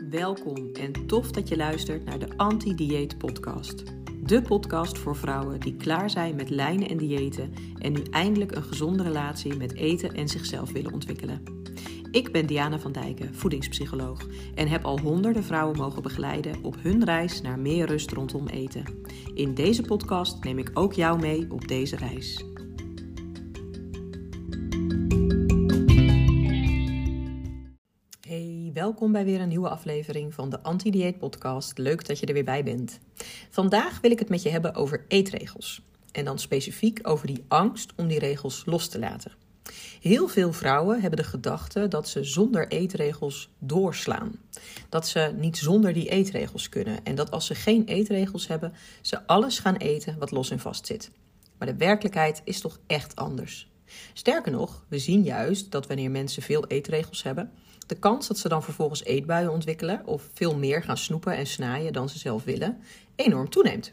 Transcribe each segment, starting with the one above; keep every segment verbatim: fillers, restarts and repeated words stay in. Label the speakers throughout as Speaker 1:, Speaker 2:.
Speaker 1: Welkom en tof dat je luistert naar de Anti-Dieet Podcast. De podcast voor vrouwen die klaar zijn met lijnen en diëten en nu eindelijk een gezonde relatie met eten en zichzelf willen ontwikkelen. Ik ben Diana van Dijken, voedingspsycholoog, en heb al honderden vrouwen mogen begeleiden op hun reis naar meer rust rondom eten. In deze podcast neem ik ook jou mee op deze reis. Hey, welkom bij weer een nieuwe aflevering van de Anti-Dieet Podcast. Leuk dat je er weer bij bent. Vandaag wil ik het met je hebben over eetregels. En dan specifiek over die angst om die regels los te laten. Heel veel vrouwen hebben de gedachte dat ze zonder eetregels doorslaan. Dat ze niet zonder die eetregels kunnen. En dat als ze geen eetregels hebben, ze alles gaan eten wat los en vast zit. Maar de werkelijkheid is toch echt anders. Sterker nog, we zien juist dat wanneer mensen veel eetregels hebben, de kans dat ze dan vervolgens eetbuien ontwikkelen of veel meer gaan snoepen en snaaien dan ze zelf willen, enorm toeneemt.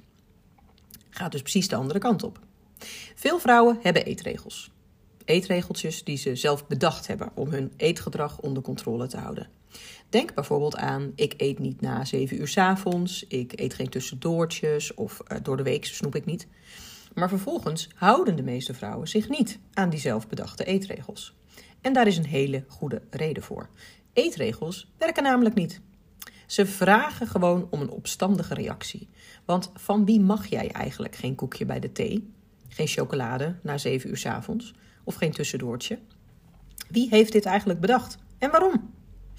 Speaker 1: Gaat dus precies de andere kant op. Veel vrouwen hebben eetregels. Eetregeltjes die ze zelf bedacht hebben om hun eetgedrag onder controle te houden. Denk bijvoorbeeld aan, ik eet niet na zeven uur 's avonds, ik eet geen tussendoortjes of uh, door de week snoep ik niet. Maar vervolgens houden de meeste vrouwen zich niet aan die zelfbedachte eetregels. En daar is een hele goede reden voor. Eetregels werken namelijk niet. Ze vragen gewoon om een opstandige reactie. Want van wie mag jij eigenlijk geen koekje bij de thee? Geen chocolade na zeven uur 's avonds? Of geen tussendoortje? Wie heeft dit eigenlijk bedacht? En waarom?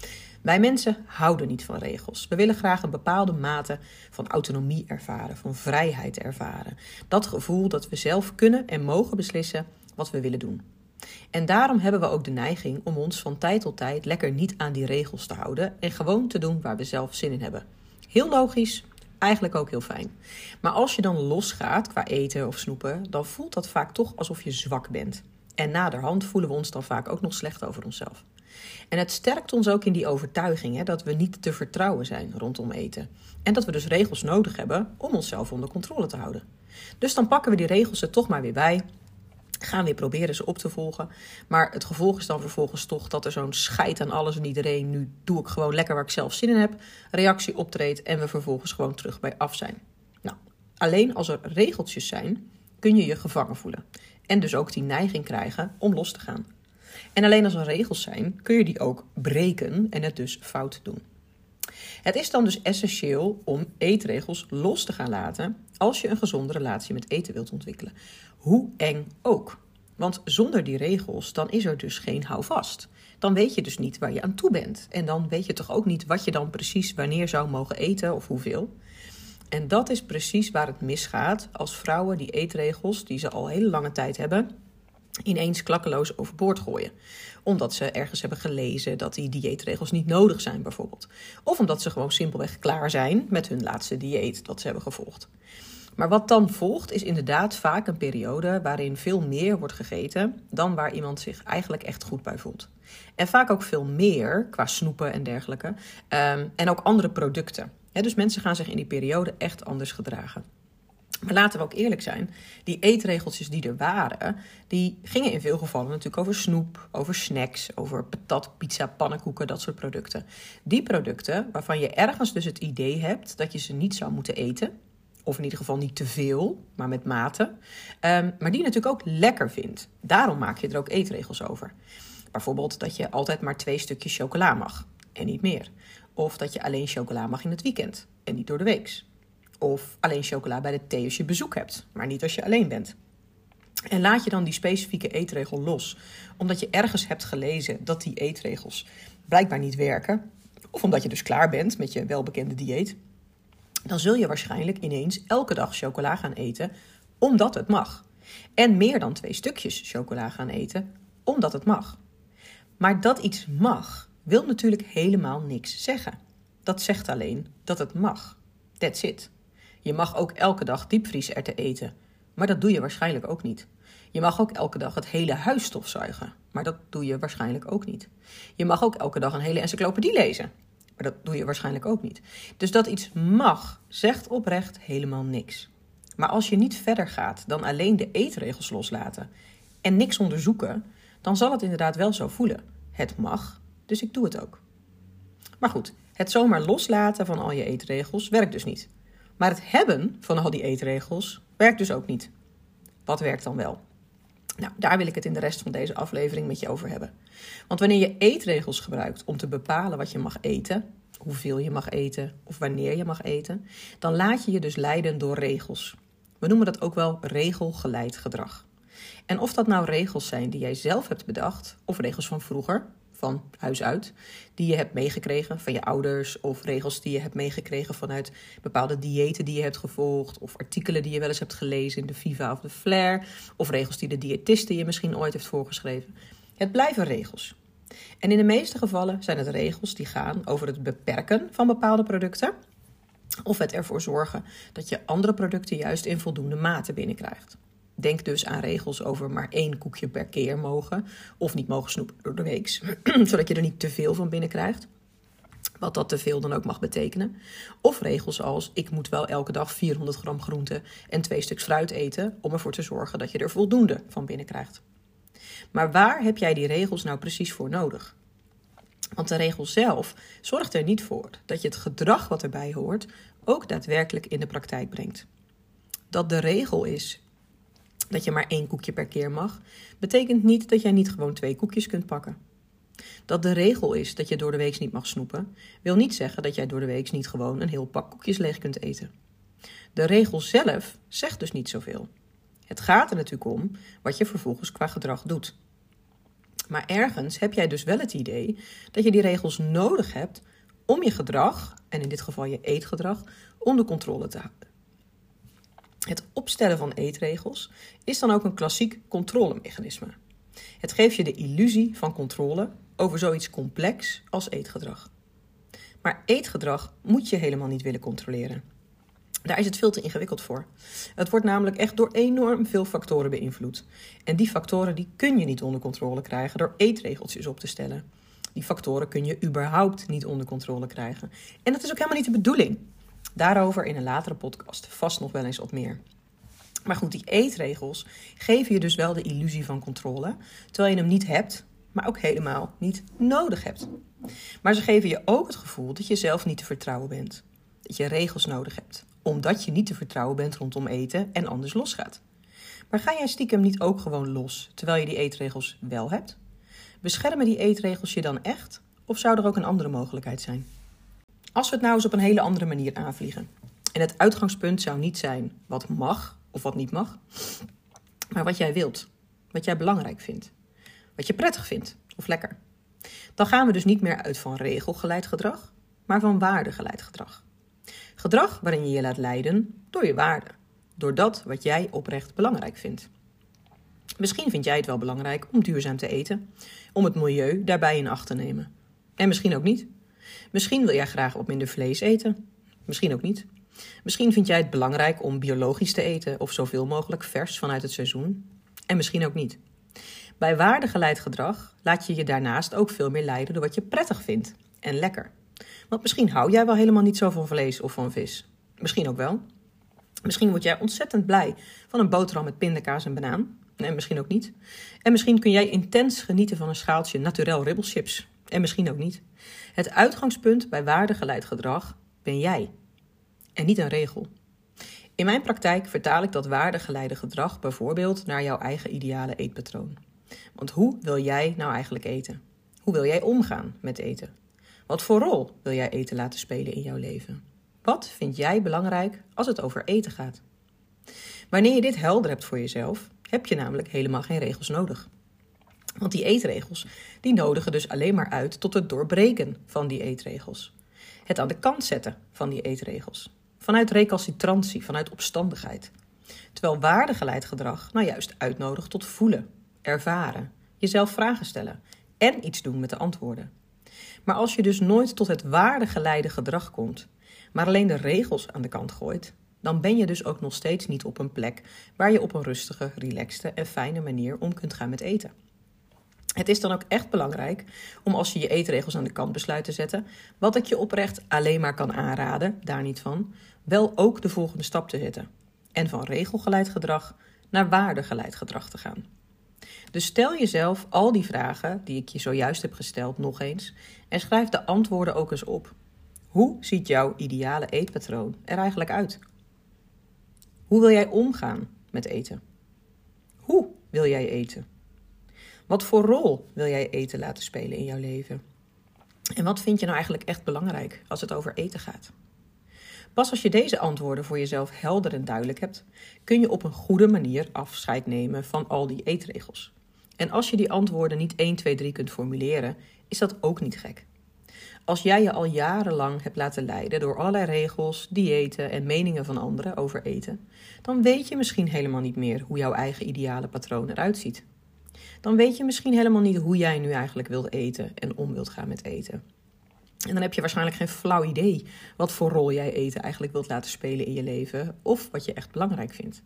Speaker 1: Wij mensen houden niet van regels. We willen graag een bepaalde mate van autonomie ervaren, van vrijheid ervaren. Dat gevoel dat we zelf kunnen en mogen beslissen wat we willen doen. En daarom hebben we ook de neiging om ons van tijd tot tijd lekker niet aan die regels te houden en gewoon te doen waar we zelf zin in hebben. Heel logisch, eigenlijk ook heel fijn. Maar als je dan losgaat qua eten of snoepen, dan voelt dat vaak toch alsof je zwak bent. En naderhand voelen we ons dan vaak ook nog slecht over onszelf. En het sterkt ons ook in die overtuiging hè, dat we niet te vertrouwen zijn rondom eten. En dat we dus regels nodig hebben om onszelf onder controle te houden. Dus dan pakken we die regels er toch maar weer bij. Gaan weer proberen ze op te volgen. Maar het gevolg is dan vervolgens toch dat er zo'n scheid aan alles en iedereen. Nu doe ik gewoon lekker waar ik zelf zin in heb. Reactie optreedt en we vervolgens gewoon terug bij af zijn. Nou, alleen als er regeltjes zijn, kun je je gevangen voelen. En dus ook die neiging krijgen om los te gaan. En alleen als er regels zijn, kun je die ook breken en het dus fout doen. Het is dan dus essentieel om eetregels los te gaan laten als je een gezonde relatie met eten wilt ontwikkelen. Hoe eng ook. Want zonder die regels, dan is er dus geen houvast. Dan weet je dus niet waar je aan toe bent. En dan weet je toch ook niet wat je dan precies wanneer zou mogen eten of hoeveel. En dat is precies waar het misgaat als vrouwen die eetregels die ze al hele lange tijd hebben ineens klakkeloos overboord gooien. Omdat ze ergens hebben gelezen dat die dieetregels niet nodig zijn bijvoorbeeld. Of omdat ze gewoon simpelweg klaar zijn met hun laatste dieet dat ze hebben gevolgd. Maar wat dan volgt is inderdaad vaak een periode waarin veel meer wordt gegeten dan waar iemand zich eigenlijk echt goed bij voelt. En vaak ook veel meer qua snoepen en dergelijke. Um, en ook andere producten. He, dus mensen gaan zich in die periode echt anders gedragen. Maar laten we ook eerlijk zijn, die eetregeltjes die er waren, die gingen in veel gevallen natuurlijk over snoep, over snacks, over patat, pizza, pannenkoeken, dat soort producten. Die producten waarvan je ergens dus het idee hebt dat je ze niet zou moeten eten, of in ieder geval niet te veel, maar met mate, um, maar die je natuurlijk ook lekker vindt. Daarom maak je er ook eetregels over. Bijvoorbeeld dat je altijd maar twee stukjes chocola mag en niet meer. Of dat je alleen chocola mag in het weekend en niet door de week. Of alleen chocola bij de thee als je bezoek hebt, maar niet als je alleen bent. En laat je dan die specifieke eetregel los, omdat je ergens hebt gelezen dat die eetregels blijkbaar niet werken, of omdat je dus klaar bent met je welbekende dieet, dan zul je waarschijnlijk ineens elke dag chocola gaan eten, omdat het mag. En meer dan twee stukjes chocola gaan eten, omdat het mag. Maar dat iets mag, wil natuurlijk helemaal niks zeggen. Dat zegt alleen dat het mag. That's it. Je mag ook elke dag diepvrieserwten eten, maar dat doe je waarschijnlijk ook niet. Je mag ook elke dag het hele huis stofzuigen, maar dat doe je waarschijnlijk ook niet. Je mag ook elke dag een hele encyclopedie lezen, maar dat doe je waarschijnlijk ook niet. Dus dat iets mag, zegt oprecht helemaal niks. Maar als je niet verder gaat dan alleen de eetregels loslaten en niks onderzoeken, dan zal het inderdaad wel zo voelen. Het mag, dus ik doe het ook. Maar goed, Het zomaar loslaten van al je eetregels werkt dus niet. Maar het hebben van al die eetregels werkt dus ook niet. Wat werkt dan wel? Nou, daar wil ik het in de rest van deze aflevering met je over hebben. Want wanneer je eetregels gebruikt om te bepalen wat je mag eten, hoeveel je mag eten of wanneer je mag eten, dan laat je je dus leiden door regels. We noemen dat ook wel regelgeleid gedrag. En of dat nou regels zijn die jij zelf hebt bedacht, of regels van vroeger, van huis uit, die je hebt meegekregen van je ouders, of regels die je hebt meegekregen vanuit bepaalde diëten die je hebt gevolgd, of artikelen die je wel eens hebt gelezen in de Viva of de Flair, of regels die de diëtiste je misschien ooit heeft voorgeschreven. Het blijven regels. En in de meeste gevallen zijn het regels die gaan over het beperken van bepaalde producten, of het ervoor zorgen dat je andere producten juist in voldoende mate binnenkrijgt. Denk dus aan regels over maar één koekje per keer mogen of niet mogen snoepen door de week, zodat je er niet te veel van binnenkrijgt. Wat dat te veel dan ook mag betekenen. Of regels als ik moet wel elke dag vierhonderd gram groente en twee stuks fruit eten om ervoor te zorgen dat je er voldoende van binnenkrijgt. Maar waar heb jij die regels nou precies voor nodig? Want de regel zelf zorgt er niet voor dat je het gedrag wat erbij hoort ook daadwerkelijk in de praktijk brengt. Dat de regel is dat je maar één koekje per keer mag, betekent niet dat jij niet gewoon twee koekjes kunt pakken. Dat de regel is dat je door de week niet mag snoepen, wil niet zeggen dat jij door de week niet gewoon een heel pak koekjes leeg kunt eten. De regel zelf zegt dus niet zoveel. Het gaat er natuurlijk om wat je vervolgens qua gedrag doet. Maar ergens heb jij dus wel het idee dat je die regels nodig hebt om je gedrag, en in dit geval je eetgedrag, onder controle te houden. Het opstellen van eetregels is dan ook een klassiek controlemechanisme. Het geeft je de illusie van controle over zoiets complex als eetgedrag. Maar eetgedrag moet je helemaal niet willen controleren. Daar is het veel te ingewikkeld voor. Het wordt namelijk echt door enorm veel factoren beïnvloed. En die factoren die kun je niet onder controle krijgen door eetregeltjes op te stellen. Die factoren kun je überhaupt niet onder controle krijgen. En dat is ook helemaal niet de bedoeling. Daarover in een latere podcast vast nog wel eens wat meer. Maar goed, die eetregels geven je dus wel de illusie van controle, terwijl je hem niet hebt, maar ook helemaal niet nodig hebt. Maar ze geven je ook het gevoel dat je zelf niet te vertrouwen bent. Dat je regels nodig hebt, omdat je niet te vertrouwen bent rondom eten en anders losgaat. Maar ga jij stiekem niet ook gewoon los, terwijl je die eetregels wel hebt? Beschermen die eetregels je dan echt, of zou er ook een andere mogelijkheid zijn? Als we het nou eens op een hele andere manier aanvliegen. En het uitgangspunt zou niet zijn wat mag of wat niet mag, maar wat jij wilt, wat jij belangrijk vindt, wat je prettig vindt of lekker. Dan gaan we dus niet meer uit van regelgeleid gedrag, maar van waardegeleid gedrag. Gedrag waarin je je laat leiden door je waarden, door dat wat jij oprecht belangrijk vindt. Misschien vind jij het wel belangrijk om duurzaam te eten, om het milieu daarbij in acht te nemen. En misschien ook niet. Misschien wil jij graag wat minder vlees eten. Misschien ook niet. Misschien vind jij het belangrijk om biologisch te eten of zoveel mogelijk vers vanuit het seizoen. En misschien ook niet. Bij waardegeleid gedrag laat je je daarnaast ook veel meer leiden door wat je prettig vindt en lekker. Want misschien hou jij wel helemaal niet zo van vlees of van vis. Misschien ook wel. Misschien word jij ontzettend blij van een boterham met pindakaas en banaan. En misschien ook niet. En misschien kun jij intens genieten van een schaaltje naturel ribbelchips. En misschien ook niet. Het uitgangspunt bij waardegeleid gedrag ben jij. En niet een regel. In mijn praktijk vertaal ik dat waardegeleide gedrag bijvoorbeeld naar jouw eigen ideale eetpatroon. Want hoe wil jij nou eigenlijk eten? Hoe wil jij omgaan met eten? Wat voor rol wil jij eten laten spelen in jouw leven? Wat vind jij belangrijk als het over eten gaat? Wanneer je dit helder hebt voor jezelf, heb je namelijk helemaal geen regels nodig. Want die eetregels, die nodigen dus alleen maar uit tot het doorbreken van die eetregels. Het aan de kant zetten van die eetregels. Vanuit recalcitrantie, vanuit opstandigheid. Terwijl waardegeleid gedrag nou juist uitnodigt tot voelen, ervaren, jezelf vragen stellen en iets doen met de antwoorden. Maar als je dus nooit tot het waardegeleide gedrag komt, maar alleen de regels aan de kant gooit, dan ben je dus ook nog steeds niet op een plek waar je op een rustige, relaxte en fijne manier om kunt gaan met eten. Het is dan ook echt belangrijk om als je je eetregels aan de kant besluit te zetten, wat ik je oprecht alleen maar kan aanraden, daar niet van, wel ook de volgende stap te zetten. En van regelgeleid gedrag naar waardegeleid gedrag te gaan. Dus stel jezelf al die vragen die ik je zojuist heb gesteld nog eens en schrijf de antwoorden ook eens op. Hoe ziet jouw ideale eetpatroon er eigenlijk uit? Hoe wil jij omgaan met eten? Hoe wil jij eten? Wat voor rol wil jij eten laten spelen in jouw leven? En wat vind je nou eigenlijk echt belangrijk als het over eten gaat? Pas als je deze antwoorden voor jezelf helder en duidelijk hebt, kun je op een goede manier afscheid nemen van al die eetregels. En als je die antwoorden niet één, twee, drie kunt formuleren, is dat ook niet gek. Als jij je al jarenlang hebt laten leiden door allerlei regels, diëten en meningen van anderen over eten, dan weet je misschien helemaal niet meer hoe jouw eigen ideale patroon eruit ziet. Dan weet je misschien helemaal niet hoe jij nu eigenlijk wilt eten en om wilt gaan met eten. En dan heb je waarschijnlijk geen flauw idee wat voor rol jij eten eigenlijk wilt laten spelen in je leven of wat je echt belangrijk vindt.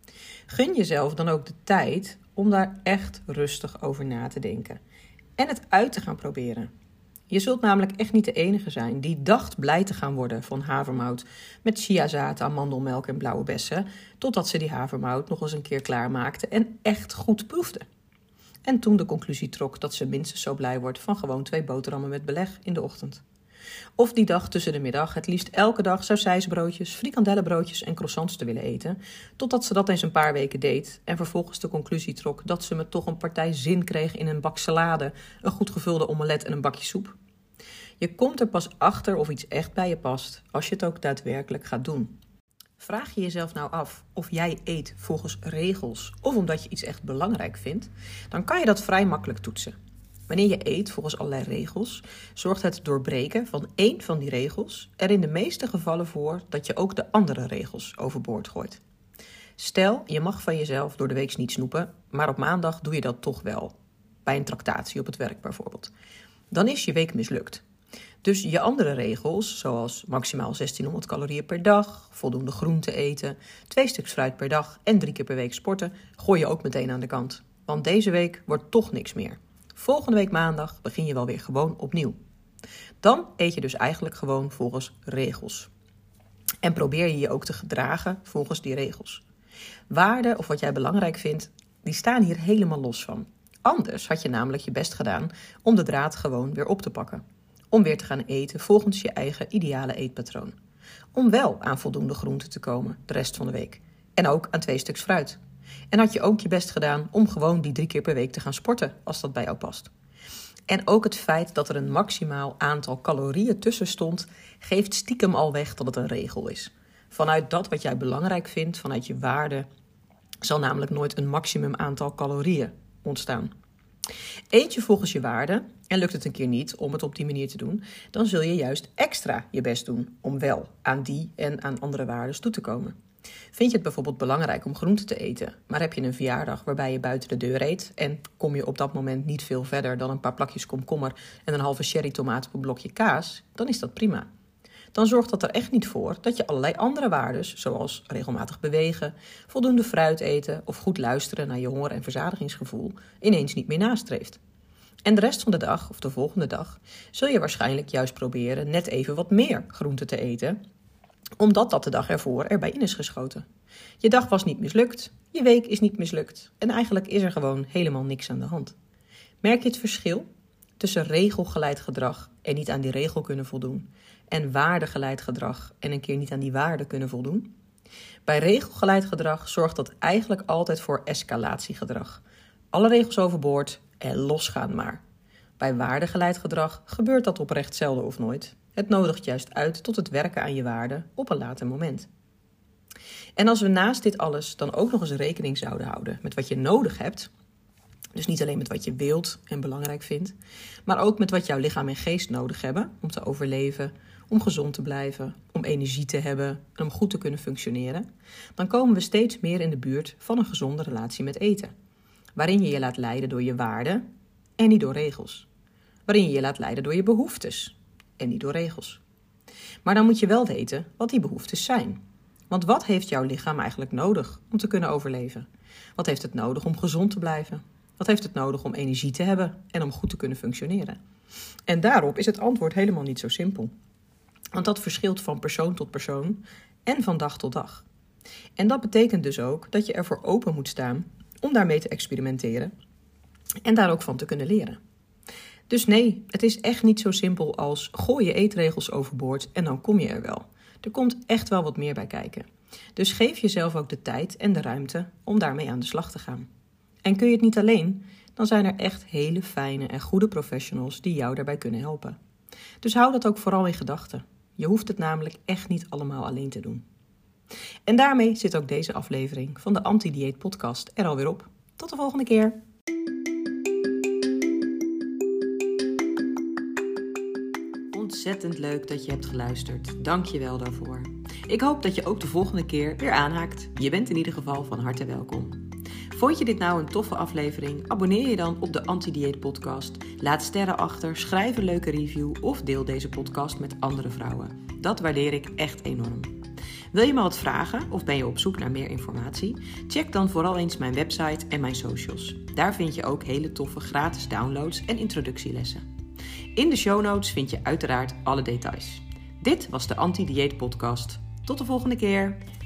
Speaker 1: Gun jezelf dan ook de tijd om daar echt rustig over na te denken en het uit te gaan proberen. Je zult namelijk echt niet de enige zijn die dacht blij te gaan worden van havermout met chiazaden, amandelmelk en blauwe bessen, totdat ze die havermout nog eens een keer klaarmaakte en echt goed proefde. En toen de conclusie trok dat ze minstens zo blij wordt van gewoon twee boterhammen met beleg in de ochtend. Of die dag tussen de middag het liefst elke dag sausijsbroodjes, frikandellenbroodjes en croissants te willen eten, totdat ze dat eens een paar weken deed en vervolgens de conclusie trok dat ze me toch een partij zin kreeg in een bak salade, een goed gevulde omelet en een bakje soep. Je komt er pas achter of iets echt bij je past als je het ook daadwerkelijk gaat doen. Vraag je jezelf nou af of jij eet volgens regels of omdat je iets echt belangrijk vindt, dan kan je dat vrij makkelijk toetsen. Wanneer je eet volgens allerlei regels, zorgt het doorbreken van één van die regels er in de meeste gevallen voor dat je ook de andere regels overboord gooit. Stel, je mag van jezelf door de week niet snoepen, maar op maandag doe je dat toch wel. Bij een tractatie op het werk bijvoorbeeld. Dan is je week mislukt. Dus je andere regels, zoals maximaal zestienhonderd calorieën per dag, voldoende groente eten, twee stuks fruit per dag en drie keer per week sporten, gooi je ook meteen aan de kant. Want deze week wordt toch niks meer. Volgende week maandag begin je wel weer gewoon opnieuw. Dan eet je dus eigenlijk gewoon volgens regels. En probeer je je ook te gedragen volgens die regels. Waarden of wat jij belangrijk vindt, die staan hier helemaal los van. Anders had je namelijk je best gedaan om de draad gewoon weer op te pakken. Om weer te gaan eten volgens je eigen ideale eetpatroon. Om wel aan voldoende groente te komen de rest van de week. En ook aan twee stuks fruit. En had je ook je best gedaan om gewoon die drie keer per week te gaan sporten, als dat bij jou past. En ook het feit dat er een maximaal aantal calorieën tussen stond, geeft stiekem al weg dat het een regel is. Vanuit dat wat jij belangrijk vindt, vanuit je waarde, zal namelijk nooit een maximum aantal calorieën ontstaan. Eet je volgens je waarde en lukt het een keer niet om het op die manier te doen, dan zul je juist extra je best doen om wel aan die en aan andere waarden toe te komen. Vind je het bijvoorbeeld belangrijk om groente te eten, maar heb je een verjaardag waarbij je buiten de deur eet en kom je op dat moment niet veel verder dan een paar plakjes komkommer en een halve cherrytomaat op een blokje kaas, dan is dat prima. Dan zorgt dat er echt niet voor dat je allerlei andere waardes, zoals regelmatig bewegen, voldoende fruit eten of goed luisteren naar je honger- en verzadigingsgevoel, ineens niet meer nastreeft. En de rest van de dag, of de volgende dag, zul je waarschijnlijk juist proberen net even wat meer groente te eten, omdat dat de dag ervoor erbij in is geschoten. Je dag was niet mislukt, je week is niet mislukt en eigenlijk is er gewoon helemaal niks aan de hand. Merk je het verschil tussen regelgeleid gedrag en niet aan die regel kunnen voldoen en waardegeleid gedrag en een keer niet aan die waarde kunnen voldoen? Bij regelgeleid gedrag zorgt dat eigenlijk altijd voor escalatiegedrag. Alle regels overboord en losgaan maar. Bij waardegeleid gedrag gebeurt dat oprecht zelden of nooit. Het nodigt juist uit tot het werken aan je waarde op een later moment. En als we naast dit alles dan ook nog eens rekening zouden houden met wat je nodig hebt, dus niet alleen met wat je wilt en belangrijk vindt, maar ook met wat jouw lichaam en geest nodig hebben om te overleven, om gezond te blijven, om energie te hebben en om goed te kunnen functioneren, dan komen we steeds meer in de buurt van een gezonde relatie met eten. Waarin je je laat leiden door je waarden en niet door regels. Waarin je je laat leiden door je behoeftes en niet door regels. Maar dan moet je wel weten wat die behoeftes zijn. Want wat heeft jouw lichaam eigenlijk nodig om te kunnen overleven? Wat heeft het nodig om gezond te blijven? Wat heeft het nodig om energie te hebben en om goed te kunnen functioneren? En daarop is het antwoord helemaal niet zo simpel. Want dat verschilt van persoon tot persoon en van dag tot dag. En dat betekent dus ook dat je ervoor open moet staan om daarmee te experimenteren en daar ook van te kunnen leren. Dus nee, het is echt niet zo simpel als gooi je eetregels overboord en dan kom je er wel. Er komt echt wel wat meer bij kijken. Dus geef jezelf ook de tijd en de ruimte om daarmee aan de slag te gaan. En kun je het niet alleen, dan zijn er echt hele fijne en goede professionals die jou daarbij kunnen helpen. Dus hou dat ook vooral in gedachten. Je hoeft het namelijk echt niet allemaal alleen te doen. En daarmee zit ook deze aflevering van de Anti-Dieet Podcast er alweer op. Tot de volgende keer! Ontzettend leuk dat je hebt geluisterd. Dank je wel daarvoor. Ik hoop dat je ook de volgende keer weer aanhaakt. Je bent in ieder geval van harte welkom. Vond je dit nou een toffe aflevering? Abonneer je dan op de Anti-Dieet Podcast. Laat sterren achter, schrijf een leuke review of deel deze podcast met andere vrouwen. Dat waardeer ik echt enorm. Wil je me wat vragen of ben je op zoek naar meer informatie? Check dan vooral eens mijn website en mijn socials. Daar vind je ook hele toffe gratis downloads en introductielessen. In de show notes vind je uiteraard alle details. Dit was de Anti-Dieet Podcast. Tot de volgende keer!